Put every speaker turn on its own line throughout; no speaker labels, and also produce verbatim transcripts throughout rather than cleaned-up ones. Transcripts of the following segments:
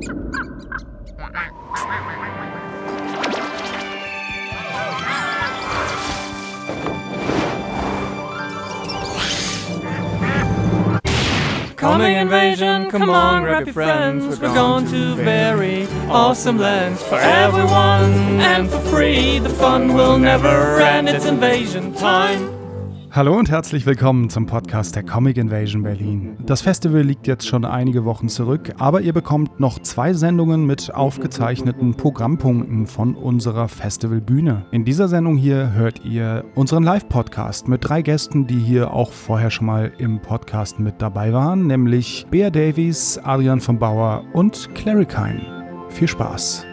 Comic invasion, come on, grab your friends. We're going to very awesome lands for everyone and for free. The fun will never end, it's invasion time.
Hallo und herzlich willkommen zum Podcast der Comic Invasion Berlin. Das Festival liegt jetzt schon einige Wochen zurück, aber ihr bekommt noch zwei Sendungen mit aufgezeichneten Programmpunkten von unserer Festivalbühne. In dieser Sendung hier hört ihr unseren Live-Podcast mit drei Gästen, die hier auch vorher schon mal im Podcast mit dabei waren, nämlich Bea Davies, Adrian von Bauer und Clarikine. Viel Spaß!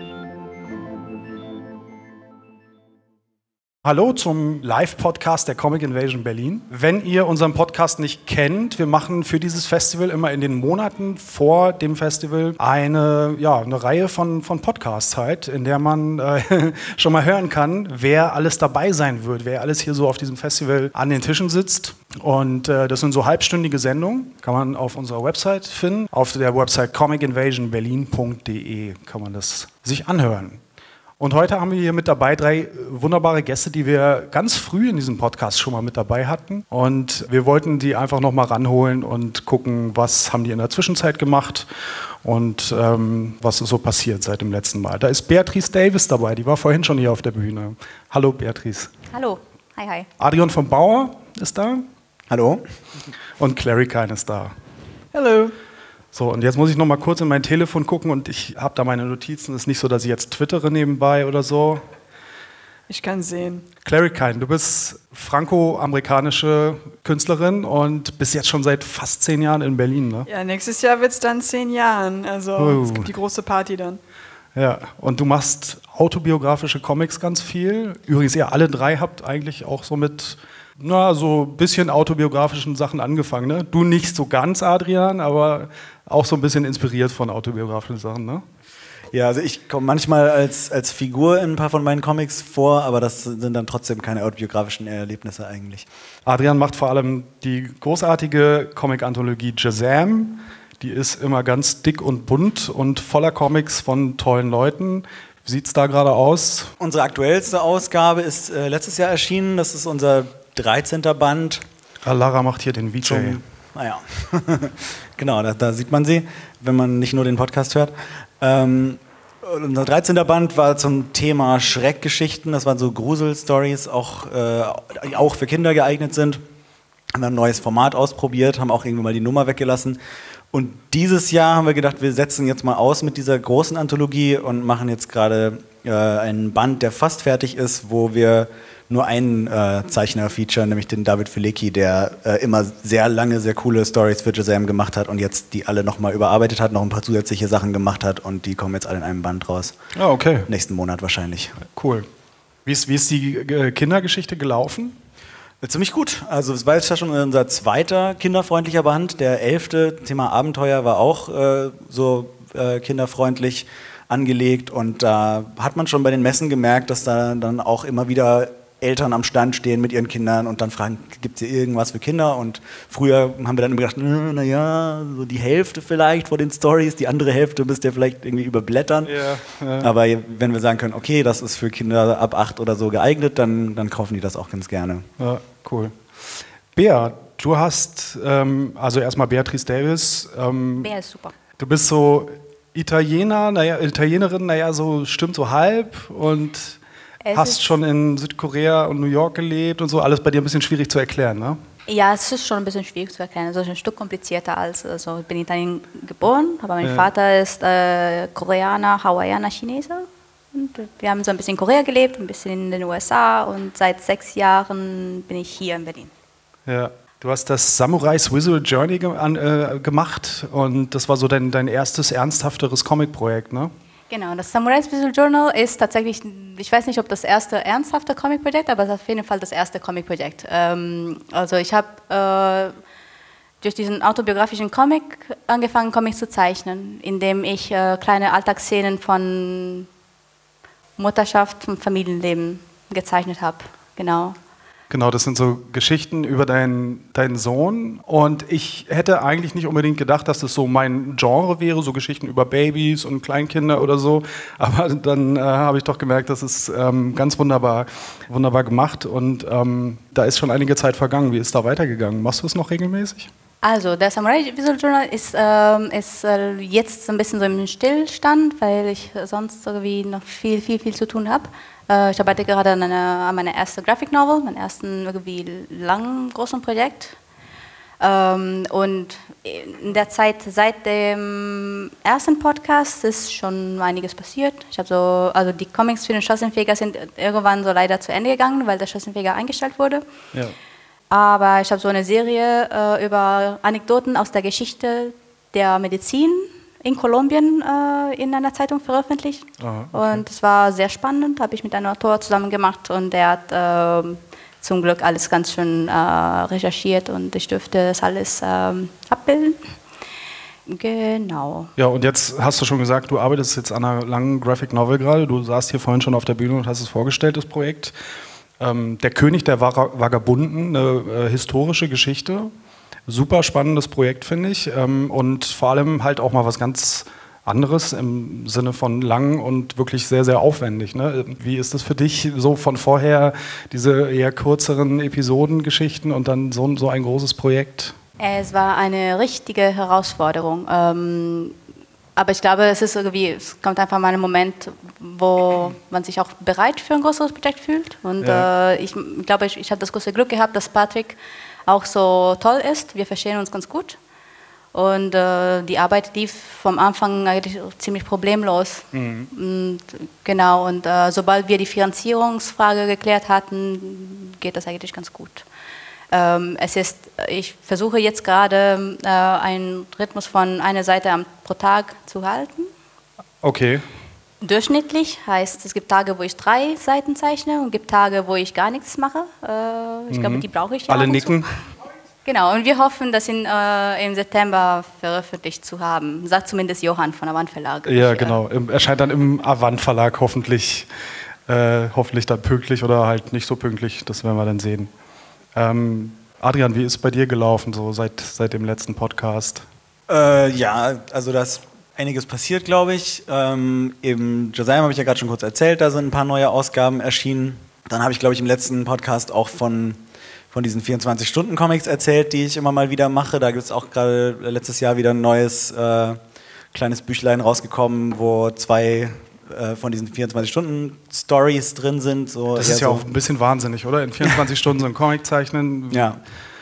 Hallo zum Live-Podcast der Comic Invasion Berlin. Wenn ihr unseren Podcast nicht kennt, wir machen für dieses Festival immer in den Monaten vor dem Festival eine, ja, eine Reihe von, von Podcasts halt, in der man äh, schon mal hören kann, wer alles dabei sein wird, wer alles hier so auf diesem Festival an den Tischen sitzt. Und äh, das sind so halbstündige Sendungen, kann man auf unserer Website finden. Auf der Website comic invasion berlin punkt de kann man das sich anhören. Und heute haben wir hier mit dabei drei wunderbare Gäste, die wir ganz früh in diesem Podcast schon mal mit dabei hatten. Und wir wollten die einfach noch mal ranholen und gucken, was haben die in der Zwischenzeit gemacht und ähm, was ist so passiert seit dem letzten Mal. Da ist Beatrice Davis dabei, die war vorhin schon hier auf der Bühne. Hallo Beatrice.
Hallo, hi hi.
Adrian von Bauer ist da.
Hallo.
Und Clarikine ist da.
Hallo.
So, und jetzt muss ich noch mal kurz in mein Telefon gucken und ich habe da meine Notizen. Es ist nicht so, dass ich jetzt twittere nebenbei oder so.
Ich kann sehen.
Clarikine, du bist franco-amerikanische Künstlerin und bist jetzt schon seit fast zehn Jahren in Berlin, ne?
Ja, nächstes Jahr wird es dann zehn Jahren. Also
Oh.
es gibt die große Party dann.
Ja, und du machst autobiografische Comics ganz viel. Übrigens, ihr alle drei habt eigentlich auch so mit, na, so ein bisschen autobiografischen Sachen angefangen, ne? Du nicht so ganz, Adrian, aber auch so ein bisschen inspiriert von autobiografischen Sachen, ne?
Ja, also ich komme manchmal als, als Figur in ein paar von meinen Comics vor, aber das sind dann trotzdem keine autobiografischen Erlebnisse eigentlich.
Adrian macht vor allem die großartige Comic-Anthologie Shazam. Die ist immer ganz dick und bunt und voller Comics von tollen Leuten. Wie sieht es da gerade aus?
Unsere aktuellste Ausgabe ist äh, letztes Jahr erschienen. Das ist unser dreizehnter Band.
Ah, Lara macht hier den V J.
Zum, naja, genau, da, da sieht man sie, wenn man nicht nur den Podcast hört. Ähm, unser dreizehnter Band war zum Thema Schreckgeschichten. Das waren so Grusel-Stories, auch, äh, auch für Kinder geeignet sind. Haben ein neues Format ausprobiert, haben auch irgendwann mal die Nummer weggelassen. Und dieses Jahr haben wir gedacht, wir setzen jetzt mal aus mit dieser großen Anthologie und machen jetzt gerade äh, einen Band, der fast fertig ist, wo wir nur einen äh, Zeichner featuren, nämlich den David Filecki, der äh, immer sehr lange, sehr coole Stories für Shazam gemacht hat und jetzt die alle nochmal überarbeitet hat, noch ein paar zusätzliche Sachen gemacht hat und die kommen jetzt alle in einem Band raus.
Ah, okay.
Nächsten Monat wahrscheinlich.
Cool. Wie ist, wie ist die äh, Kindergeschichte gelaufen?
Ziemlich gut. Also es war jetzt ja schon unser zweiter kinderfreundlicher Band. Der elfte, Thema Abenteuer, war auch äh, so äh, kinderfreundlich angelegt. Und da hat man schon bei den Messen gemerkt, dass da dann auch immer wieder Eltern am Stand stehen mit ihren Kindern und dann fragen, gibt es hier irgendwas für Kinder? Und früher haben wir dann immer gedacht, naja, so die Hälfte vielleicht von den Stories, die andere Hälfte müsst ihr vielleicht irgendwie überblättern.
Ja, ja.
Aber wenn wir sagen können, okay, das ist für Kinder ab acht oder so geeignet, dann, dann kaufen die das auch ganz gerne.
Ja, cool. Bea, du hast, ähm, also erstmal Beatrice Davis. Ähm,
Bea ist super.
Du bist so Italiener, naja, Italienerin, naja, so stimmt so halb und
Es
hast schon in Südkorea und New York gelebt und so. Alles bei dir ein bisschen schwierig zu erklären, ne?
Ja, es ist schon ein bisschen schwierig zu erklären. Es ist ein Stück komplizierter als, also ich bin in Italien geboren, aber mein
Ja.
Vater ist äh, Koreaner, Hawaiianer, Chinese. Und wir haben so ein bisschen in Korea gelebt, ein bisschen in den U S A und seit sechs Jahren bin ich hier in Berlin.
Ja. Du hast das Samurai's Visual Journey ge an, äh, gemacht und das war so dein, dein erstes ernsthafteres Comic-Projekt, ne?
Genau, das Samurai's Visual Journal ist tatsächlich, ich weiß nicht, ob das erste ernsthafte Comic-Projekt, aber es ist auf jeden Fall das erste Comic-Projekt. Ähm, also ich habe äh, durch diesen autobiografischen Comic angefangen, Comics zu zeichnen, indem ich äh, kleine Alltagsszenen von Mutterschaft und Familienleben gezeichnet habe. Genau.
Genau, das sind so Geschichten über deinen, deinen Sohn. Und ich hätte eigentlich nicht unbedingt gedacht, dass das so mein Genre wäre, so Geschichten über Babys und Kleinkinder oder so. Aber dann äh, habe ich doch gemerkt, das ist ähm, ganz wunderbar, wunderbar gemacht. Und ähm, da ist schon einige Zeit vergangen. Wie ist da weitergegangen? Machst du es noch regelmäßig?
Also, der Samurai Visual Journal ist, ähm, ist äh, jetzt ein bisschen so im Stillstand, weil ich sonst irgendwie noch viel, viel, viel zu tun habe. Äh, ich arbeite gerade an, einer, an meiner ersten Graphic Novel, meinem ersten irgendwie langen, großen Projekt. Ähm, und in der Zeit seit dem ersten Podcast ist schon einiges passiert. Ich habe so, also die Comics für den Straßenfeger sind irgendwann so leider zu Ende gegangen, weil der Straßenfeger eingestellt wurde.
Ja.
Aber ich habe so eine Serie äh, über Anekdoten aus der Geschichte der Medizin in Kolumbien äh, in einer Zeitung veröffentlicht. Aha, okay. Und es war sehr spannend, habe ich mit einem Autor zusammen gemacht und der hat äh, zum Glück alles ganz schön äh, recherchiert und ich durfte das alles äh, abbilden. Genau.
Ja, und jetzt hast du schon gesagt, du arbeitest jetzt an einer langen Graphic Novel gerade. Du saßt hier vorhin schon auf der Bühne und hast es vorgestellt, das Projekt. Ähm, der König der Vagabunden, eine äh, historische Geschichte. Super spannendes Projekt, finde ich. Ähm, und vor allem halt auch mal was ganz anderes im Sinne von lang und wirklich sehr, sehr aufwendig. Ne? Wie ist das für dich so von vorher, diese eher kürzeren Episodengeschichten und dann so, so ein großes Projekt?
Es war eine richtige Herausforderung. Ähm, aber ich glaube, es ist irgendwie, es kommt einfach mal ein Moment, wo man sich auch bereit für ein größeres Projekt fühlt. Und ja. äh, ich glaube, ich, ich habe das große Glück gehabt, dass Patrick auch so toll ist. Wir verstehen uns ganz gut. Und äh, die Arbeit lief vom Anfang eigentlich ziemlich problemlos. Mhm. Und, genau, und äh, sobald wir die Finanzierungsfrage geklärt hatten, geht das eigentlich ganz gut. Ähm, es ist, ich versuche jetzt gerade äh, einen Rhythmus von einer Seite am, pro Tag zu halten.
Okay.
Durchschnittlich heißt, es gibt Tage, wo ich drei Seiten zeichne und es gibt Tage, wo ich gar nichts mache. Äh, ich mhm. glaube, die brauche ich ja.
Alle nicken.
Genau, und wir hoffen, das in, äh, im September veröffentlicht zu haben. Sagt zumindest Johann von Avant Verlag.
Ja, genau. Im, erscheint dann im Avant Verlag hoffentlich, äh, hoffentlich dann pünktlich oder halt nicht so pünktlich. Das werden wir dann sehen. Ähm, Adrian, wie ist es bei dir gelaufen, so seit, seit dem letzten Podcast?
Äh, ja, also da ist einiges passiert, glaube ich. Ähm, Im Josiah habe ich ja gerade schon kurz erzählt, da sind ein paar neue Ausgaben erschienen. Dann habe ich, glaube ich, im letzten Podcast auch von, von diesen vierundzwanzig-Stunden-Comics erzählt, die ich immer mal wieder mache. Da gibt es auch gerade letztes Jahr wieder ein neues äh, kleines Büchlein rausgekommen, wo zwei äh, von diesen vierundzwanzig-Stunden-Stories drin sind. So
das ist ja so auch ein bisschen wahnsinnig, oder? In vierundzwanzig Stunden so ein Comic zeichnen.
Ja.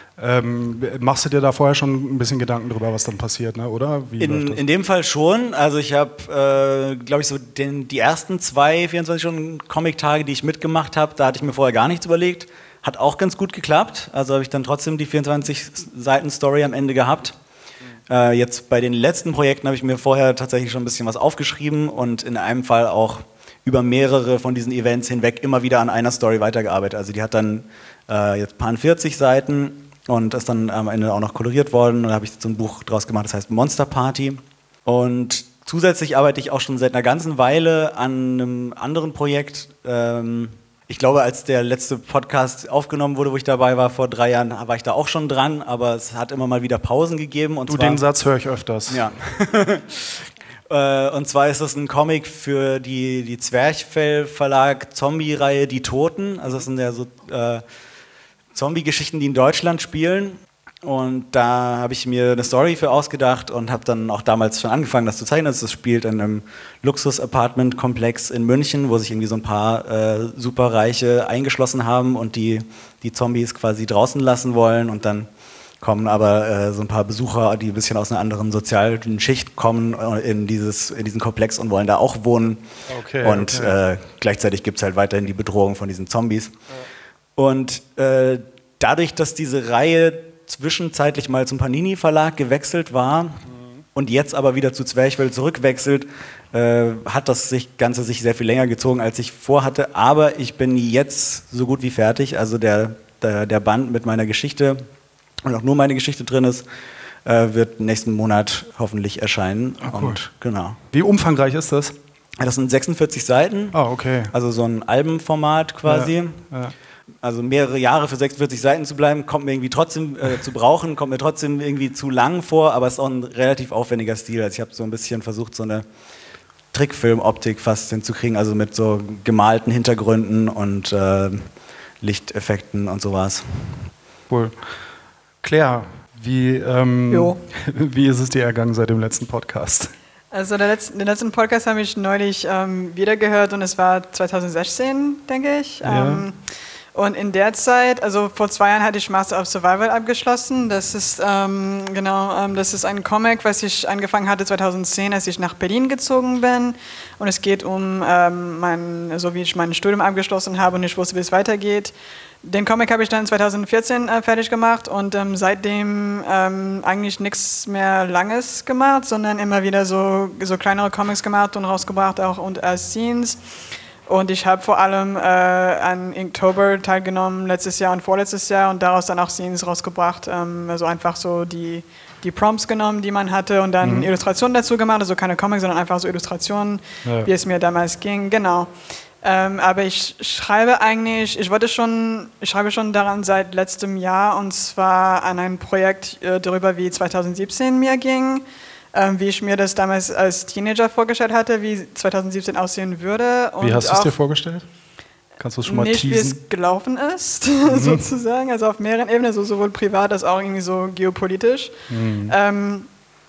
Ähm, machst du dir da vorher schon ein bisschen Gedanken drüber, was dann passiert, ne? Oder? Wie
in, in dem Fall schon. Also ich habe, äh, glaube ich, so den, die ersten zwei vierundzwanzig-Stunden-Comic-Tage, die ich mitgemacht habe, da hatte ich mir vorher gar nichts überlegt. Hat auch ganz gut geklappt. Also habe ich dann trotzdem die vierundzwanzig-Seiten-Story am Ende gehabt. Mhm. Äh, jetzt bei den letzten Projekten habe ich mir vorher tatsächlich schon ein bisschen was aufgeschrieben und in einem Fall auch über mehrere von diesen Events hinweg immer wieder an einer Story weitergearbeitet. Also die hat dann äh, jetzt paar vierzig Seiten. Und ist dann am Ende auch noch koloriert worden. Und da habe ich so ein Buch draus gemacht, das heißt Monster Party. Und zusätzlich arbeite ich auch schon seit einer ganzen Weile an einem anderen Projekt. Ähm, ich glaube, als der letzte Podcast aufgenommen wurde, wo ich dabei war, vor drei Jahren, war ich da auch schon dran. Aber es hat immer mal wieder Pausen gegeben. Und
du,
zwar,
den Satz höre ich öfters.
Ja. Und zwar ist das ein Comic für die, die Zwerchfell-Verlag Zombie-Reihe Die Toten. Also das sind ja so Äh, Zombie-Geschichten, die in Deutschland spielen. Und da habe ich mir eine Story für ausgedacht und habe dann auch damals schon angefangen, das zu zeichnen. Das spielt in einem Luxus-Apartment-Komplex in München, wo sich irgendwie so ein paar äh, Superreiche eingeschlossen haben und die, die Zombies quasi draußen lassen wollen. Und dann kommen aber äh, so ein paar Besucher, die ein bisschen aus einer anderen sozialen Schicht kommen in, dieses, in diesen Komplex und wollen da auch wohnen. Okay, und okay. Äh, gleichzeitig gibt es halt weiterhin die Bedrohung von diesen Zombies. Ja. Und äh, dadurch, dass diese Reihe zwischenzeitlich mal zum Panini-Verlag gewechselt war mhm. und jetzt aber wieder zu Zwerchfell zurückwechselt, äh, hat das sich, Ganze sich sehr viel länger gezogen, als ich vorhatte. Aber ich bin jetzt so gut wie fertig. Also der, der, der Band mit meiner Geschichte und auch nur meine Geschichte drin ist, äh, wird nächsten Monat hoffentlich erscheinen.
Oh, cool.
Und, genau.
Wie umfangreich ist das?
Das sind sechsundvierzig Seiten.
Ah, oh, okay.
Also so ein Albenformat quasi.
Ja, ja.
Also mehrere Jahre für sechsundvierzig Seiten zu bleiben, kommt mir irgendwie trotzdem äh, zu brauchen, kommt mir trotzdem irgendwie zu lang vor, aber es ist auch ein relativ aufwendiger Stil. Also ich habe so ein bisschen versucht, so eine Trickfilm-Optik fast hinzukriegen, also mit so gemalten Hintergründen und äh, Lichteffekten und sowas.
Cool. Claire, wie, ähm,
Jo.
wie ist es dir ergangen seit dem letzten Podcast?
Also der letzten, den letzten Podcast habe ich neulich ähm, wiedergehört und es war zwanzig sechzehn, denke ich.
Ja.
Ähm, und in der Zeit, also vor zwei Jahren hatte ich Master of Survival abgeschlossen. Das ist ähm, genau, ähm, das ist ein Comic, was ich angefangen hatte zwanzig zehn, als ich nach Berlin gezogen bin. Und es geht um ähm, mein, so wie ich mein Studium abgeschlossen habe und ich wusste, wie es weitergeht. Den Comic habe ich dann zwanzig vierzehn äh, fertig gemacht und ähm, seitdem ähm, eigentlich nichts mehr Langes gemacht, sondern immer wieder so, so kleinere Comics gemacht und rausgebracht, auch und als Scenes. Und ich habe vor allem äh, an Inktober teilgenommen, letztes Jahr und vorletztes Jahr, und daraus dann auch Scenes rausgebracht. Ähm, also einfach so die, die Prompts genommen, die man hatte, und dann mhm. Illustrationen dazu gemacht, also keine Comics, sondern einfach so Illustrationen, ja. wie es mir damals ging, genau. Ähm, aber ich schreibe eigentlich, ich wollte schon, ich schreibe schon daran seit letztem Jahr, und zwar an ein Projekt äh, darüber, wie zwanzig siebzehn mir ging. Ähm, wie ich mir das damals als Teenager vorgestellt hatte, wie zwanzig siebzehn aussehen würde. Und
wie hast du es dir vorgestellt? Kannst du es schon mal
nicht,
teasen?
Nicht, wie es gelaufen ist, mhm. sozusagen. Also auf mehreren Ebenen, also sowohl privat als auch irgendwie so geopolitisch. Mhm. Ähm,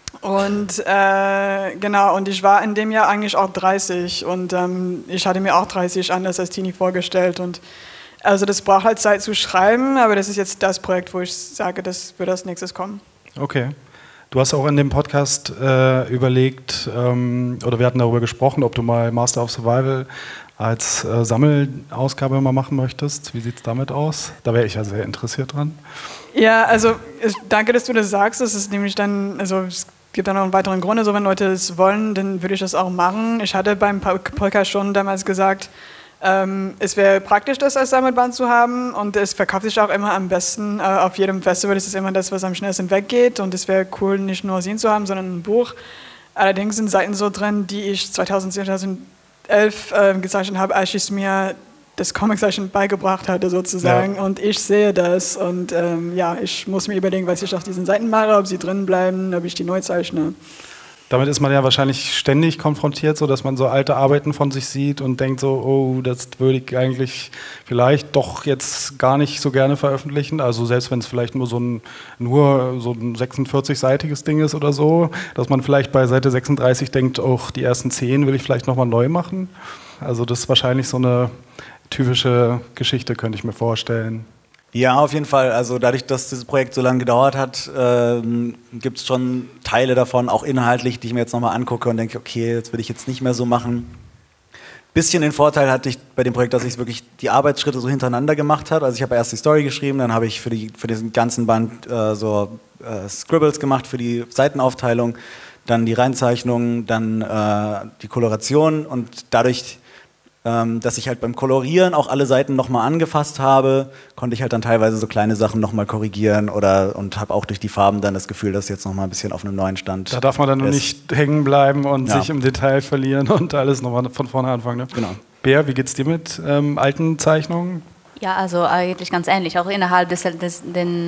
und äh, genau, und ich war in dem Jahr eigentlich auch dreißig und ähm, ich hatte mir auch dreißig anders als Teenie vorgestellt. Und also das braucht halt Zeit zu schreiben, aber das ist jetzt das Projekt, wo ich sage, das wird als nächstes kommen.
Okay. Du hast auch in dem Podcast äh, überlegt, ähm, oder wir hatten darüber gesprochen, ob du mal Master of Survival als äh, Sammelausgabe mal machen möchtest. Wie sieht es damit aus? Da wäre ich ja sehr interessiert dran.
Ja, also ich, danke, dass du das sagst. Das ist nämlich dann, also es gibt dann noch einen weiteren Grund. Also wenn Leute das wollen, dann würde ich das auch machen. Ich hatte beim Podcast schon damals gesagt, Ähm, es wäre praktisch, das als Sammelband zu haben, und es verkauft sich auch immer am besten. Äh, auf jedem Festival ist es immer das, was am schnellsten weggeht, und es wäre cool, nicht nur Sehen zu haben, sondern ein Buch. Allerdings sind Seiten so drin, die ich zweitausendzehn, zweitausendelf äh, gezeichnet habe, als ich mir das Comiczeichnen beigebracht hatte sozusagen, ja. Und ich sehe das, und ähm, ja, ich muss mir überlegen, was ich auf diesen Seiten mache, ob sie drin bleiben, ob ich die neu zeichne.
Damit ist man ja wahrscheinlich ständig konfrontiert, so dass man so alte Arbeiten von sich sieht und denkt so, oh, das würde ich eigentlich vielleicht doch jetzt gar nicht so gerne veröffentlichen. Also selbst wenn es vielleicht nur so ein nur so ein sechsundvierzig-seitiges Ding ist oder so, dass man vielleicht bei Seite sechsunddreißig denkt, oh, die ersten zehn will ich vielleicht nochmal neu machen. Also das ist wahrscheinlich so eine typische Geschichte, könnte ich mir vorstellen.
Ja, auf jeden Fall. Also dadurch, dass dieses Projekt so lange gedauert hat, ähm, gibt es schon Teile davon, auch inhaltlich, die ich mir jetzt nochmal angucke und denke, okay, das will ich jetzt nicht mehr so machen. Bisschen den Vorteil hatte ich bei dem Projekt, dass ich wirklich die Arbeitsschritte so hintereinander gemacht habe. Also ich habe erst die Story geschrieben, dann habe ich für, die, für diesen ganzen Band äh, so äh, Scribbles gemacht für die Seitenaufteilung, dann die Reinzeichnung, dann äh, die Koloration, und dadurch, dass ich halt beim Kolorieren auch alle Seiten nochmal angefasst habe, konnte ich halt dann teilweise so kleine Sachen nochmal korrigieren oder und habe auch durch die Farben dann das Gefühl, dass jetzt nochmal ein bisschen auf einem neuen Stand ist. Da
darf man dann ist. nicht hängen bleiben und ja. sich im Detail verlieren und alles nochmal von vorne anfangen. Ne?
Genau.
Bea, wie geht's dir mit ähm, alten Zeichnungen?
Ja, also eigentlich ganz ähnlich, auch innerhalb des, des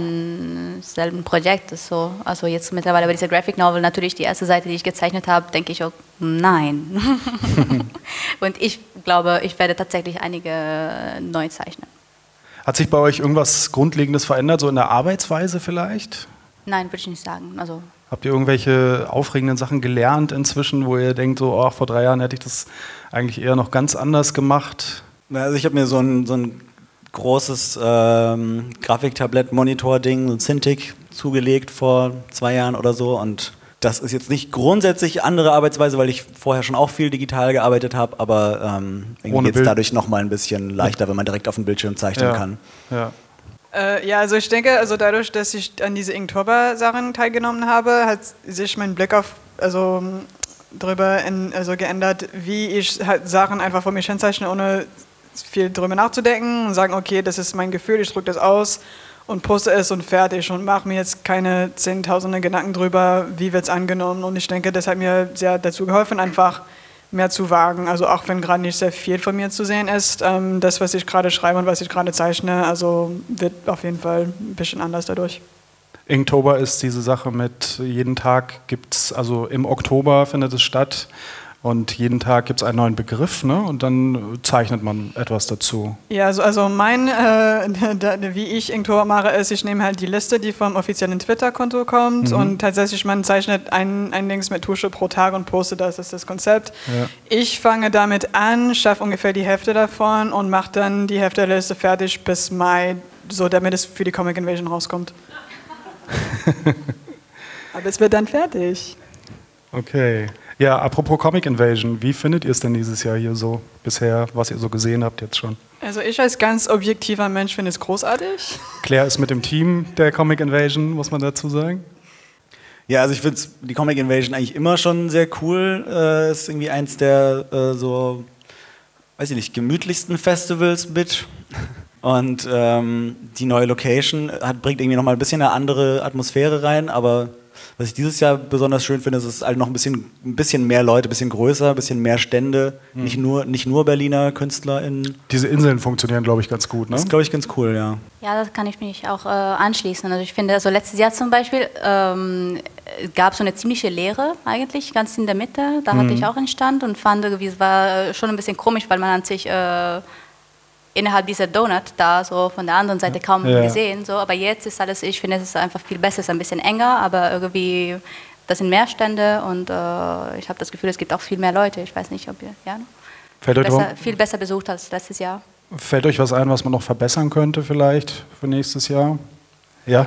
denselben Projektes. So. Also jetzt mittlerweile bei dieser Graphic Novel, natürlich die erste Seite, die ich gezeichnet habe, denke ich auch, nein. Und ich glaube, ich werde tatsächlich einige neu zeichnen.
Hat sich bei euch irgendwas Grundlegendes verändert, so in der Arbeitsweise vielleicht?
Nein, würde ich nicht sagen. Also
habt ihr irgendwelche aufregenden Sachen gelernt inzwischen, wo ihr denkt, so, oh, vor drei Jahren hätte ich das eigentlich eher noch ganz anders gemacht?
Also ich habe mir so ein, so ein großes ähm, Grafiktablett-Monitor-Ding, so ein Cintiq, zugelegt vor zwei Jahren oder so, und das ist jetzt nicht grundsätzlich andere Arbeitsweise, weil ich vorher schon auch viel digital gearbeitet habe, aber ähm, irgendwie geht es dadurch nochmal ein bisschen leichter, wenn man direkt auf dem Bildschirm zeichnen
ja.
kann.
Ja.
Äh, ja, also ich denke, also dadurch, dass ich an diese Inktober-Sachen teilgenommen habe, hat sich mein Blick auf, also darüber in, also geändert, wie ich halt Sachen einfach vor mir hinzeichne, ohne viel drüber nachzudenken und sagen, okay, das ist mein Gefühl, ich drücke das aus und poste es und fertig und mache mir jetzt keine zehntausende Gedanken drüber, wie wird es angenommen. Und ich denke, das hat mir sehr dazu geholfen, einfach mehr zu wagen. Also auch wenn gerade nicht sehr viel von mir zu sehen ist, ähm, das, was ich gerade schreibe und was ich gerade zeichne, also wird auf jeden Fall ein bisschen anders dadurch.
Inktober ist diese Sache mit jeden Tag gibt's, also im Oktober findet es statt und jeden Tag gibt es einen neuen Begriff, ne? Und dann zeichnet man etwas dazu.
Ja, also, also mein, äh, da, wie ich Inktober mache, ist, ich nehme halt die Liste, die vom offiziellen Twitter-Konto kommt mhm. und tatsächlich, man zeichnet ein, ein Dings mit Tusche pro Tag und postet das, das ist das Konzept. Ja. Ich fange damit an, schaffe ungefähr die Hälfte davon und mache dann die Hälfte der Liste fertig bis Mai, so damit es für die Comic Invasion rauskommt. Aber es wird dann fertig.
Okay. Ja, apropos Comic Invasion, wie findet ihr es denn dieses Jahr hier so bisher, was ihr so gesehen habt jetzt schon?
Also ich als ganz objektiver Mensch finde es großartig.
Claire ist mit dem Team der Comic Invasion, muss man dazu sagen.
Ja, also ich finde die Comic Invasion eigentlich immer schon sehr cool. Äh, ist irgendwie eins der äh, so, weiß ich nicht, gemütlichsten Festivals mit. Und ähm, die neue Location hat, bringt irgendwie nochmal ein bisschen eine andere Atmosphäre rein, aber was ich dieses Jahr besonders schön finde, ist, es ist halt noch ein bisschen, ein bisschen mehr Leute, ein bisschen größer, ein bisschen mehr Stände, mhm. nicht nur, nicht nur Berliner KünstlerInnen.
Diese Inseln funktionieren, glaube ich, ganz gut, ne?
Das ist, glaube ich, ganz cool, ja.
Ja, das kann ich mich auch äh, anschließen. Also ich finde, also letztes Jahr zum Beispiel ähm, gab es so eine ziemliche Leere eigentlich, ganz in der Mitte. Da mhm. hatte ich auch einen Stand und fand irgendwie, es war schon ein bisschen komisch, weil man an sich äh, innerhalb dieser Donut da so von der anderen Seite kaum ja. gesehen, so, aber jetzt ist alles, ich finde, es ist einfach viel besser, es ist ein bisschen enger, aber irgendwie, das sind mehr Stände und äh, ich habe das Gefühl, es gibt auch viel mehr Leute, ich weiß nicht, ob ihr, ja,
Fällt
besser,
euch
viel besser besucht als letztes Jahr.
Fällt euch was ein, was man noch verbessern könnte vielleicht für nächstes Jahr? Ja?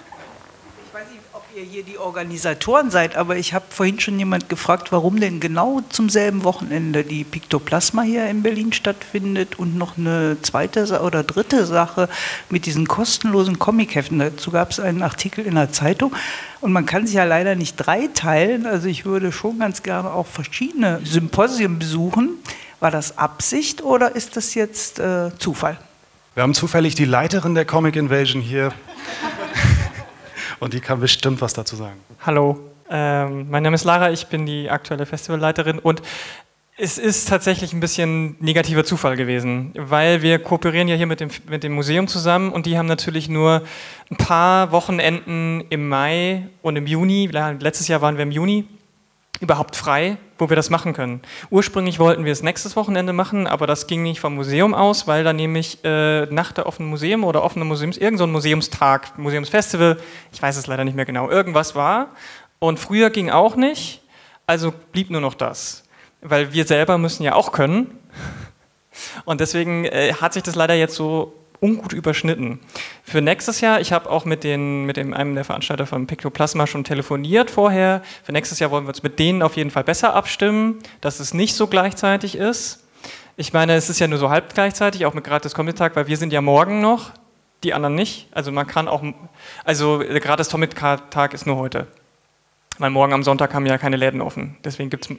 Ihr hier die Organisatoren seid, aber ich habe vorhin schon jemand gefragt, warum denn genau zum selben Wochenende die Piktoplasma hier in Berlin stattfindet und noch eine zweite oder dritte Sache mit diesen kostenlosen Comicheften. Dazu gab es einen Artikel in der Zeitung und man kann sich ja leider nicht drei teilen, also ich würde schon ganz gerne auch verschiedene Symposien besuchen. War das Absicht oder ist das jetzt äh, Zufall?
Wir haben zufällig die Leiterin der Comic Invasion hier. Und die kann bestimmt was dazu sagen.
Hallo, ähm, mein Name ist Lara, ich bin die aktuelle Festivalleiterin und es ist tatsächlich ein bisschen negativer Zufall gewesen, weil wir kooperieren ja hier mit dem, mit dem Museum zusammen und die haben natürlich nur ein paar Wochenenden im Mai und im Juni, letztes Jahr waren wir im Juni, überhaupt frei, wo wir das machen können. Ursprünglich wollten wir es nächstes Wochenende machen, aber das ging nicht vom Museum aus, weil da nämlich äh, nach der offenen Museum oder offene Museums, irgend so ein Museumstag, Museumsfestival, ich weiß es leider nicht mehr genau, irgendwas war. Und früher ging auch nicht, also blieb nur noch das. Weil wir selber müssen ja auch können. Und deswegen äh, hat sich das leider jetzt so ungut überschnitten. Für nächstes Jahr, ich habe auch mit, den, mit dem, einem der Veranstalter von Piktoplasma schon telefoniert vorher. Für nächstes Jahr wollen wir uns mit denen auf jeden Fall besser abstimmen, dass es nicht so gleichzeitig ist. Ich meine, es ist ja nur so halb gleichzeitig, auch mit Gratis Comic-Tag, weil wir sind ja morgen noch, die anderen nicht. Also man kann auch, also der Gratis Comic-Tag ist nur heute. Weil morgen am Sonntag haben ja keine Läden offen. Deswegen gibt es...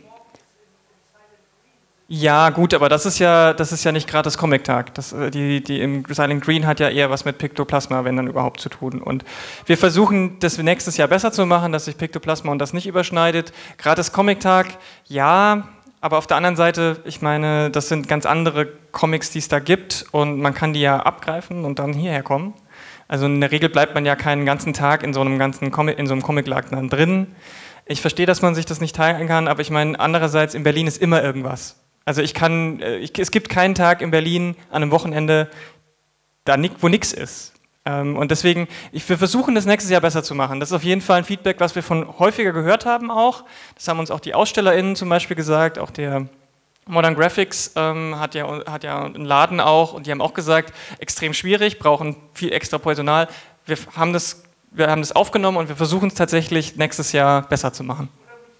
Ja, gut, aber das ist ja, das ist ja nicht gratis Comic-Tag. Das, die, die im Silent Green hat ja eher was mit Piktoplasma, wenn dann überhaupt, zu tun. Und wir versuchen, das nächstes Jahr besser zu machen, dass sich Piktoplasma und das nicht überschneidet. Gratis Comic-Tag, ja, aber auf der anderen Seite, ich meine, das sind ganz andere Comics, die es da gibt und man kann die ja abgreifen und dann hierher kommen. Also in der Regel bleibt man ja keinen ganzen Tag in so einem ganzen Comic, in so einem Comicladen dann drin. Ich verstehe, dass man sich das nicht teilen kann, aber ich meine, andererseits in Berlin ist immer irgendwas. Also ich kann, ich, es gibt keinen Tag in Berlin an einem Wochenende, da ni, wo nichts ist. Ähm, und deswegen, ich, wir versuchen das nächstes Jahr besser zu machen. Das ist auf jeden Fall ein Feedback, was wir von häufiger gehört haben auch. Das haben uns auch die AusstellerInnen zum Beispiel gesagt, auch der Modern Graphics ähm, hat, ja, hat ja einen Laden auch und die haben auch gesagt, extrem schwierig, brauchen viel extra Personal. Wir haben das, wir haben das aufgenommen und wir versuchen es tatsächlich nächstes Jahr besser zu machen.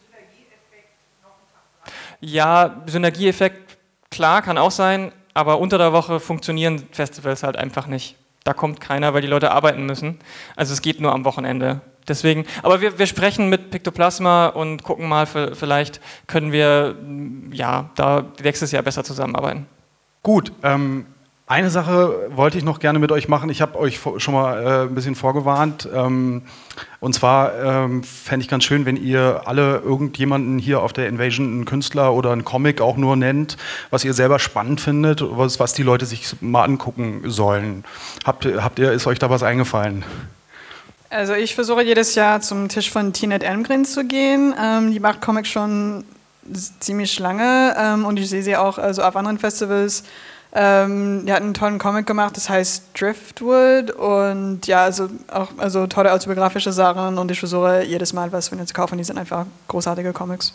Ja, Synergieeffekt, klar, kann auch sein, aber unter der Woche funktionieren Festivals halt einfach nicht. Da kommt keiner, weil die Leute arbeiten müssen. Also es geht nur am Wochenende. Deswegen, aber wir, wir sprechen mit Piktoplasma und gucken mal, vielleicht können wir ja da nächstes Jahr besser zusammenarbeiten.
Gut, ähm, Eine Sache wollte ich noch gerne mit euch machen. Ich habe euch schon mal äh, ein bisschen vorgewarnt. Ähm, und zwar ähm, fände ich ganz schön, wenn ihr alle irgendjemanden hier auf der Invasion, einen Künstler oder einen Comic auch nur nennt, was ihr selber spannend findet, was, was die Leute sich mal angucken sollen. Habt, habt ihr, ist euch da was eingefallen?
Also ich versuche jedes Jahr zum Tisch von Tinette Elmgren zu gehen. Ähm, die macht Comics schon ziemlich lange ähm, und ich sehe sie auch also auf anderen Festivals. Ähm, die hat einen tollen Comic gemacht, das heißt Driftwood und ja, also auch also tolle autobiografische Sachen und ich versuche jedes Mal was von ihnen zu kaufen, die sind einfach großartige Comics.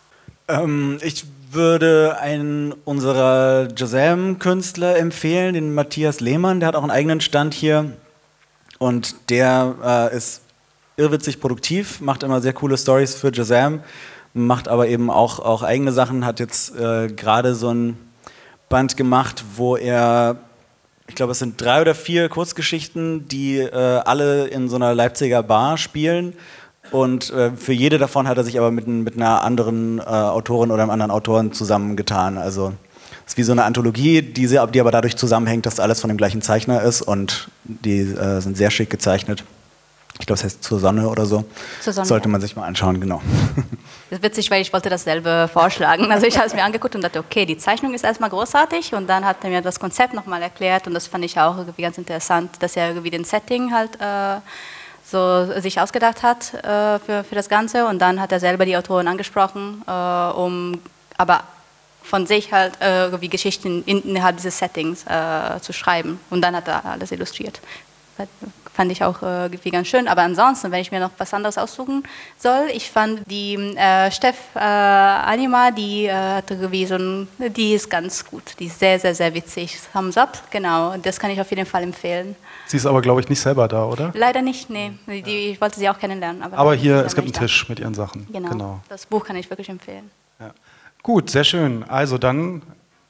Ähm, ich würde einen unserer Jazam-Künstler empfehlen, den Matthias Lehmann, der hat auch einen eigenen Stand hier und der äh, ist irrwitzig produktiv, macht immer sehr coole Stories für Jazam, macht aber eben auch, auch eigene Sachen, hat jetzt äh, gerade so ein Band gemacht, wo er, ich glaube, es sind drei oder vier Kurzgeschichten, die äh, alle in so einer Leipziger Bar spielen. Und äh, für jede davon hat er sich aber mit, mit einer anderen äh, Autorin oder einem anderen Autoren zusammengetan. Also es ist wie so eine Anthologie, die, sie, die aber dadurch zusammenhängt, dass alles von dem gleichen Zeichner ist. Und die äh, sind sehr schick gezeichnet. Ich glaube, es heißt Zur Sonne oder so.
Zur Sonne.
Sollte man sich mal anschauen, genau.
Das ist witzig, weil ich wollte dasselbe vorschlagen. Also ich habe es mir angeguckt und dachte, okay, die Zeichnung ist erstmal großartig und dann hat er mir das Konzept nochmal erklärt und das fand ich auch irgendwie ganz interessant, dass er irgendwie den Setting halt äh, so sich ausgedacht hat äh, für, für das Ganze und dann hat er selber die Autoren angesprochen, äh, um aber von sich halt äh, irgendwie Geschichten innerhalb dieses Settings äh, zu schreiben und dann hat er alles illustriert. Fand ich auch äh, ganz schön, aber ansonsten, wenn ich mir noch was anderes aussuchen soll, ich fand die äh, Steff äh, Anima, die äh, hat irgendwie so ein, die ist ganz gut, die ist sehr, sehr, sehr witzig. Thumbs up, genau, das kann ich auf jeden Fall empfehlen.
Sie ist aber, glaube ich, nicht selber da, oder?
Leider nicht, nee, die, ich wollte sie auch kennenlernen. Aber,
aber hier, es gibt einen Tisch da mit ihren Sachen.
Genau. genau, das Buch kann ich wirklich empfehlen.
Ja. Gut, sehr schön. Also dann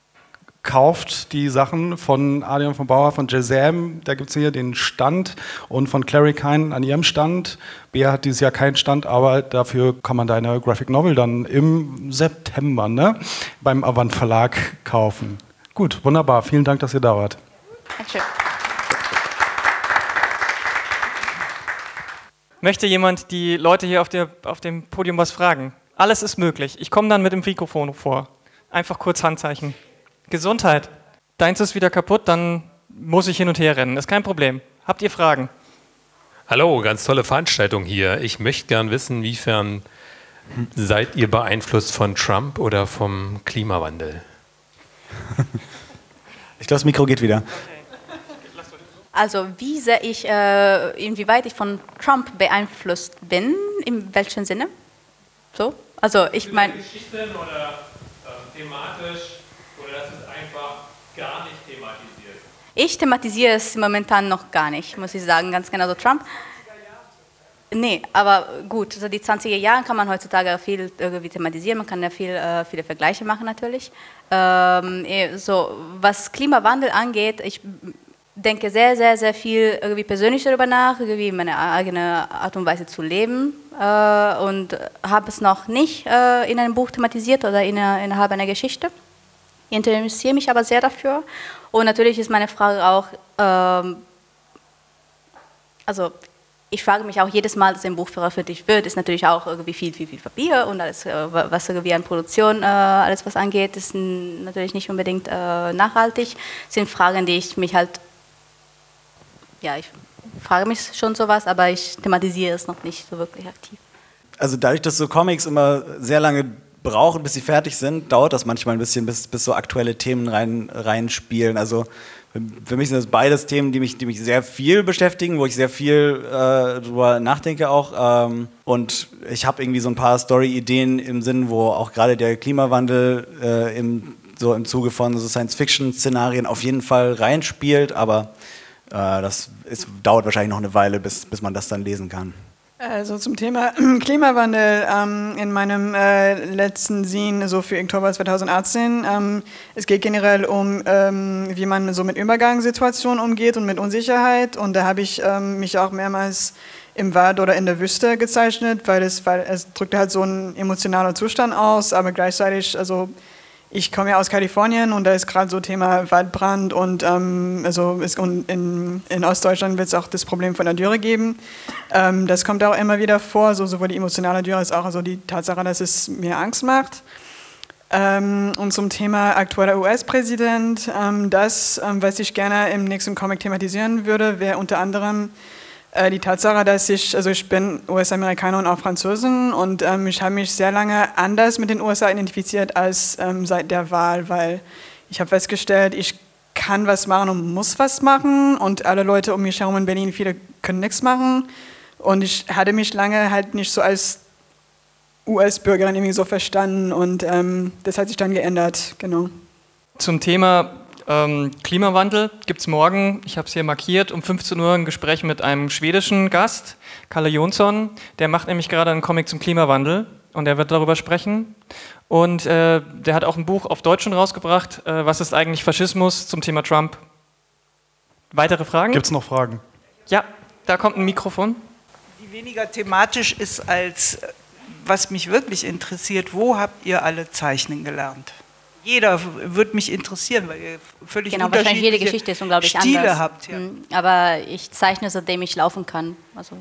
kauft die Sachen von Adrian von Bauer, von Jazam, da gibt es hier den Stand und von Clary Kine an ihrem Stand. Bea hat dieses Jahr keinen Stand, aber dafür kann man deine Graphic Novel dann im September ne, beim Avant Verlag kaufen. Gut, wunderbar. Vielen Dank, dass ihr da wart.
Dankeschön.
Möchte jemand die Leute hier auf, der, auf dem Podium was fragen? Alles ist möglich. Ich komme dann mit dem Mikrofon vor. Einfach kurz Handzeichen. Gesundheit. Deins ist wieder kaputt, dann muss ich hin und her rennen. Ist kein Problem. Habt ihr Fragen?
Hallo, ganz tolle Veranstaltung hier. Ich möchte gern wissen, inwiefern seid ihr beeinflusst von Trump oder vom Klimawandel?
Ich glaube, das Mikro geht wieder.
Also wie sehr ich, äh, inwieweit ich von Trump beeinflusst bin, in welchem Sinne? So? Also ich meine...
Geschichten oder äh, thematisch? Das ist einfach gar nicht thematisiert.
Ich thematisiere es momentan noch gar nicht, muss ich sagen, ganz genau so Trump. Nee, aber gut, also die zwanziger Jahre kann man heutzutage viel irgendwie thematisieren, man kann ja viel, äh, viele Vergleiche machen natürlich. Ähm, so, was Klimawandel angeht, ich denke sehr, sehr, sehr viel irgendwie persönlich darüber nach, irgendwie meine eigene Art und Weise zu leben äh, und habe es noch nicht äh, in einem Buch thematisiert oder in, innerhalb einer Geschichte. Ich interessiere mich aber sehr dafür. Und natürlich ist meine Frage auch, ähm, also ich frage mich auch jedes Mal, dass ein Buch veröffentlicht wird, ist natürlich auch irgendwie viel, viel, viel Papier und alles, was irgendwie an Produktion, äh, alles was angeht, ist natürlich nicht unbedingt äh, nachhaltig. Das sind Fragen, die ich mich halt, ja, ich frage mich schon sowas, aber ich thematisiere es noch nicht so wirklich aktiv.
Also dadurch, dass so Comics immer sehr lange brauchen, bis sie fertig sind, dauert das manchmal ein bisschen, bis, bis so aktuelle Themen rein, reinspielen. Also für mich sind das beides Themen, die mich, die mich sehr viel beschäftigen, wo ich sehr viel äh, drüber nachdenke auch. Ähm, und ich habe irgendwie so ein paar Story-Ideen im Sinn, wo auch gerade der Klimawandel äh, im, so im Zuge von so Science-Fiction-Szenarien auf jeden Fall reinspielt, aber äh, das ist, dauert wahrscheinlich noch eine Weile, bis, bis man das dann lesen kann.
Also zum Thema Klimawandel ähm, in meinem äh, letzten Zine, so für Oktober zweitausendachtzehn, ähm, es geht generell um, ähm, wie man so mit Übergangssituationen umgeht und mit Unsicherheit, und da habe ich ähm, mich auch mehrmals im Wald oder in der Wüste gezeichnet, weil es, weil es drückt halt so einen emotionalen Zustand aus, aber gleichzeitig, also ich komme ja aus Kalifornien und da ist gerade so Thema Waldbrand und ähm, also ist, und in, in Ostdeutschland wird es auch das Problem von der Dürre geben. Ähm, das kommt auch immer wieder vor, so sowohl die emotionale Dürre als auch also die Tatsache, dass es mir Angst macht. Ähm, und zum Thema aktueller U S-Präsident, ähm, das, ähm, was ich gerne im nächsten Comic thematisieren würde, wäre unter anderem äh, die Tatsache, dass ich, also ich bin U S-Amerikaner und auch Französin und ähm, ich habe mich sehr lange anders mit den U S A identifiziert als ähm, seit der Wahl, weil ich habe festgestellt, ich kann was machen und muss was machen und alle Leute um mich herum in Berlin, viele können nichts machen und ich hatte mich lange halt nicht so als U S-Bürgerin irgendwie so verstanden und ähm, das hat sich dann geändert, genau.
Zum Thema ähm, Klimawandel gibt es morgen, ich habe es hier markiert, um fünfzehn Uhr ein Gespräch mit einem schwedischen Gast, Kalle Jonsson, der macht nämlich gerade einen Comic zum Klimawandel und er wird darüber sprechen und äh, der hat auch ein Buch auf Deutsch schon rausgebracht, äh, was ist eigentlich Faschismus zum Thema Trump. Weitere Fragen?
Gibt es noch Fragen?
Ja, da kommt ein Mikrofon.
Die weniger thematisch ist als, was mich wirklich interessiert, wo habt ihr alle zeichnen gelernt? Jeder würde mich interessieren, weil ihr völlig
genau, wahrscheinlich jede
unterschiedliche
Geschichte ist unglaublich
Stile
anders.
habt. Ja.
Mhm. Aber ich zeichne, seitdem ich laufen kann. Also,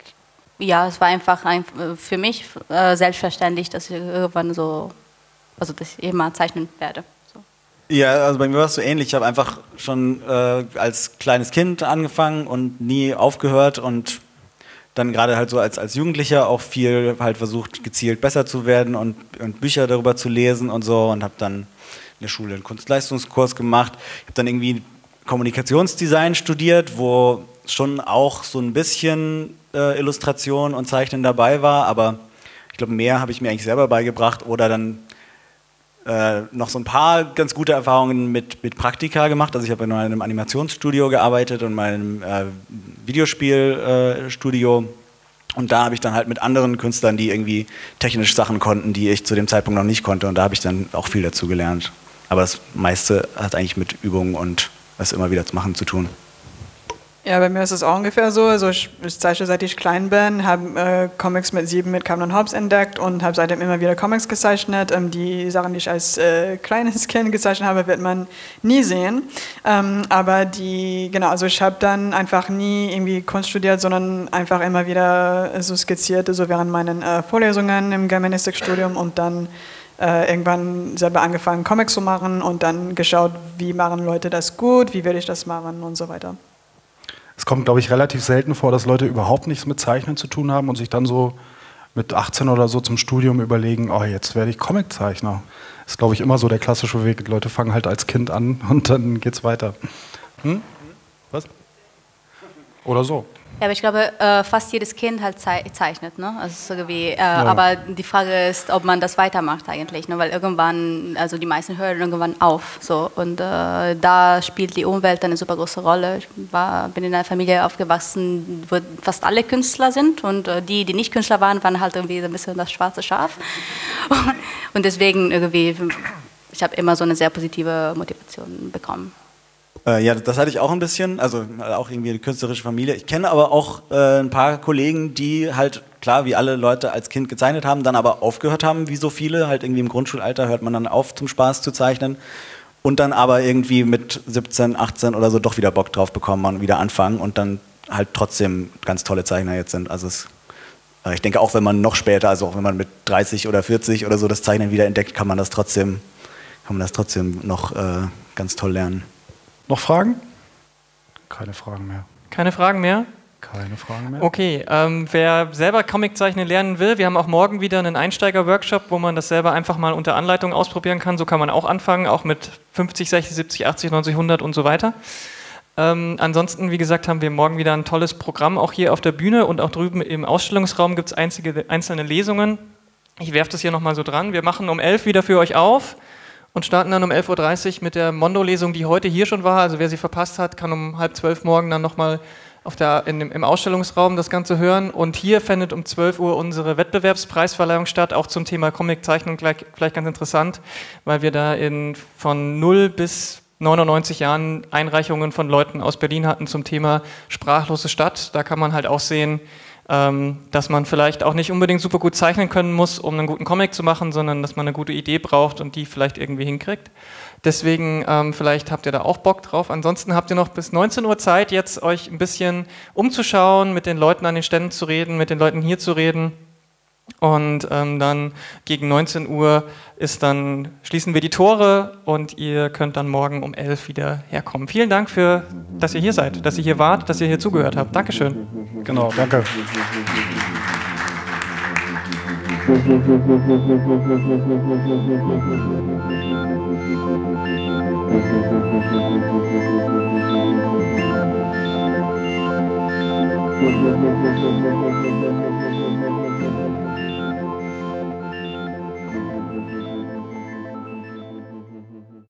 ja, es war einfach ein, für mich äh, selbstverständlich, dass ich irgendwann so, also dass ich immer zeichnen werde. So.
Ja, also bei mir war es so ähnlich. Ich habe einfach schon äh, als kleines Kind angefangen und nie aufgehört und dann gerade halt so als, als Jugendlicher auch viel halt versucht, gezielt besser zu werden und, und Bücher darüber zu lesen und so und habe dann in der Schule einen Kunstleistungskurs gemacht. Ich habe dann irgendwie Kommunikationsdesign studiert, wo schon auch so ein bisschen äh, Illustration und Zeichnen dabei war, aber ich glaube, mehr habe ich mir eigentlich selber beigebracht oder dann äh, noch so ein paar ganz gute Erfahrungen mit, mit Praktika gemacht. Also ich habe in einem Animationsstudio gearbeitet und meinem äh, Videospielstudio äh, und da habe ich dann halt mit anderen Künstlern, die irgendwie technisch Sachen konnten, die ich zu dem Zeitpunkt noch nicht konnte und da habe ich dann auch viel dazu gelernt. Aber das meiste hat eigentlich mit Übungen und das immer wieder zu machen zu tun.
Ja, bei mir ist es auch ungefähr so. Also ich, ich zeichne, seit ich klein bin, habe äh, Comics mit sieben mit Cameron Hobbes entdeckt und habe seitdem immer wieder Comics gezeichnet. Ähm, die Sachen, die ich als äh, kleines Kind gezeichnet habe, wird man nie sehen. Ähm, aber die, genau, also ich habe dann einfach nie irgendwie Kunst studiert, sondern einfach immer wieder so skizziert, so während meinen äh, Vorlesungen im Germanistikstudium und dann äh, irgendwann selber angefangen, Comics zu machen und dann geschaut, wie machen Leute das gut, wie will ich das machen und so weiter.
Es kommt, glaube ich, relativ selten vor, dass Leute überhaupt nichts mit Zeichnen zu tun haben und sich dann so mit achtzehn oder so zum Studium überlegen, oh, jetzt werde ich Comiczeichner. Das ist, glaube ich, immer so der klassische Weg. Die Leute fangen halt als Kind an und dann geht's weiter. Hm? Was? Oder so.
Ja, aber ich glaube, äh, fast jedes Kind halt zeichnet, ne? Also es ist irgendwie, äh, ja. Aber die Frage ist, ob man das weitermacht eigentlich, ne? Weil irgendwann, also die meisten hören irgendwann auf, so und äh, da spielt die Umwelt eine super große Rolle. Ich war, bin in einer Familie aufgewachsen, wo fast alle Künstler sind und äh, die, die nicht Künstler waren, waren halt irgendwie ein bisschen das schwarze Schaf und deswegen irgendwie, ich habe immer so eine sehr positive Motivation bekommen.
Äh, ja, das hatte ich auch ein bisschen, also auch irgendwie eine künstlerische Familie. Ich kenne aber auch äh, ein paar Kollegen, die halt, klar, wie alle Leute als Kind gezeichnet haben, dann aber aufgehört haben, wie so viele, halt irgendwie im Grundschulalter hört man dann auf, zum Spaß zu zeichnen und dann aber irgendwie mit siebzehn, achtzehn oder so doch wieder Bock drauf bekommen und wieder anfangen und dann halt trotzdem ganz tolle Zeichner jetzt sind. Also es, äh, ich denke auch, wenn man noch später, also auch wenn man mit dreißig oder vierzig oder so das Zeichnen wieder entdeckt, kann man das trotzdem, kann man das trotzdem noch äh, ganz toll lernen.
Noch Fragen? Keine Fragen mehr.
Keine Fragen mehr?
Keine Fragen mehr.
Okay, ähm, wer selber Comiczeichnen lernen will, wir haben auch morgen wieder einen Einsteiger-Workshop, wo man das selber einfach mal unter Anleitung ausprobieren kann. So kann man auch anfangen, auch mit fünfzig, sechzig, siebzig, achtzig, neunzig, hundert und so weiter. Ähm, ansonsten, wie gesagt, haben wir morgen wieder ein tolles Programm, auch hier auf der Bühne und auch drüben im Ausstellungsraum gibt es einzelne Lesungen. Ich werfe das hier nochmal so dran. Wir machen um elf wieder für euch auf. Und starten dann um elf Uhr dreißig mit der Mondo-Lesung, die heute hier schon war. Also wer sie verpasst hat, kann um halb zwölf morgen dann nochmal auf der, in dem, im Ausstellungsraum das Ganze hören. Und hier findet um zwölf Uhr unsere Wettbewerbspreisverleihung statt, auch zum Thema Comiczeichnung, gleich, gleich ganz interessant, weil wir da in, von null bis neunundneunzig Jahren Einreichungen von Leuten aus Berlin hatten zum Thema sprachlose Stadt. Da kann man halt auch sehen, ähm, dass man vielleicht auch nicht unbedingt super gut zeichnen können muss, um einen guten Comic zu machen, sondern dass man eine gute Idee braucht und die vielleicht irgendwie hinkriegt. Deswegen, ähm, vielleicht habt ihr da auch Bock drauf. Ansonsten habt ihr noch bis neunzehn Uhr Zeit, jetzt euch ein bisschen umzuschauen, mit den Leuten an den Ständen zu reden, mit den Leuten hier zu reden. Und ähm, dann gegen neunzehn Uhr ist dann, schließen wir die Tore und ihr könnt dann morgen um elf wieder herkommen. Vielen Dank, für, dass ihr hier seid, dass ihr hier wart, dass ihr hier zugehört habt. Dankeschön.
Genau, danke.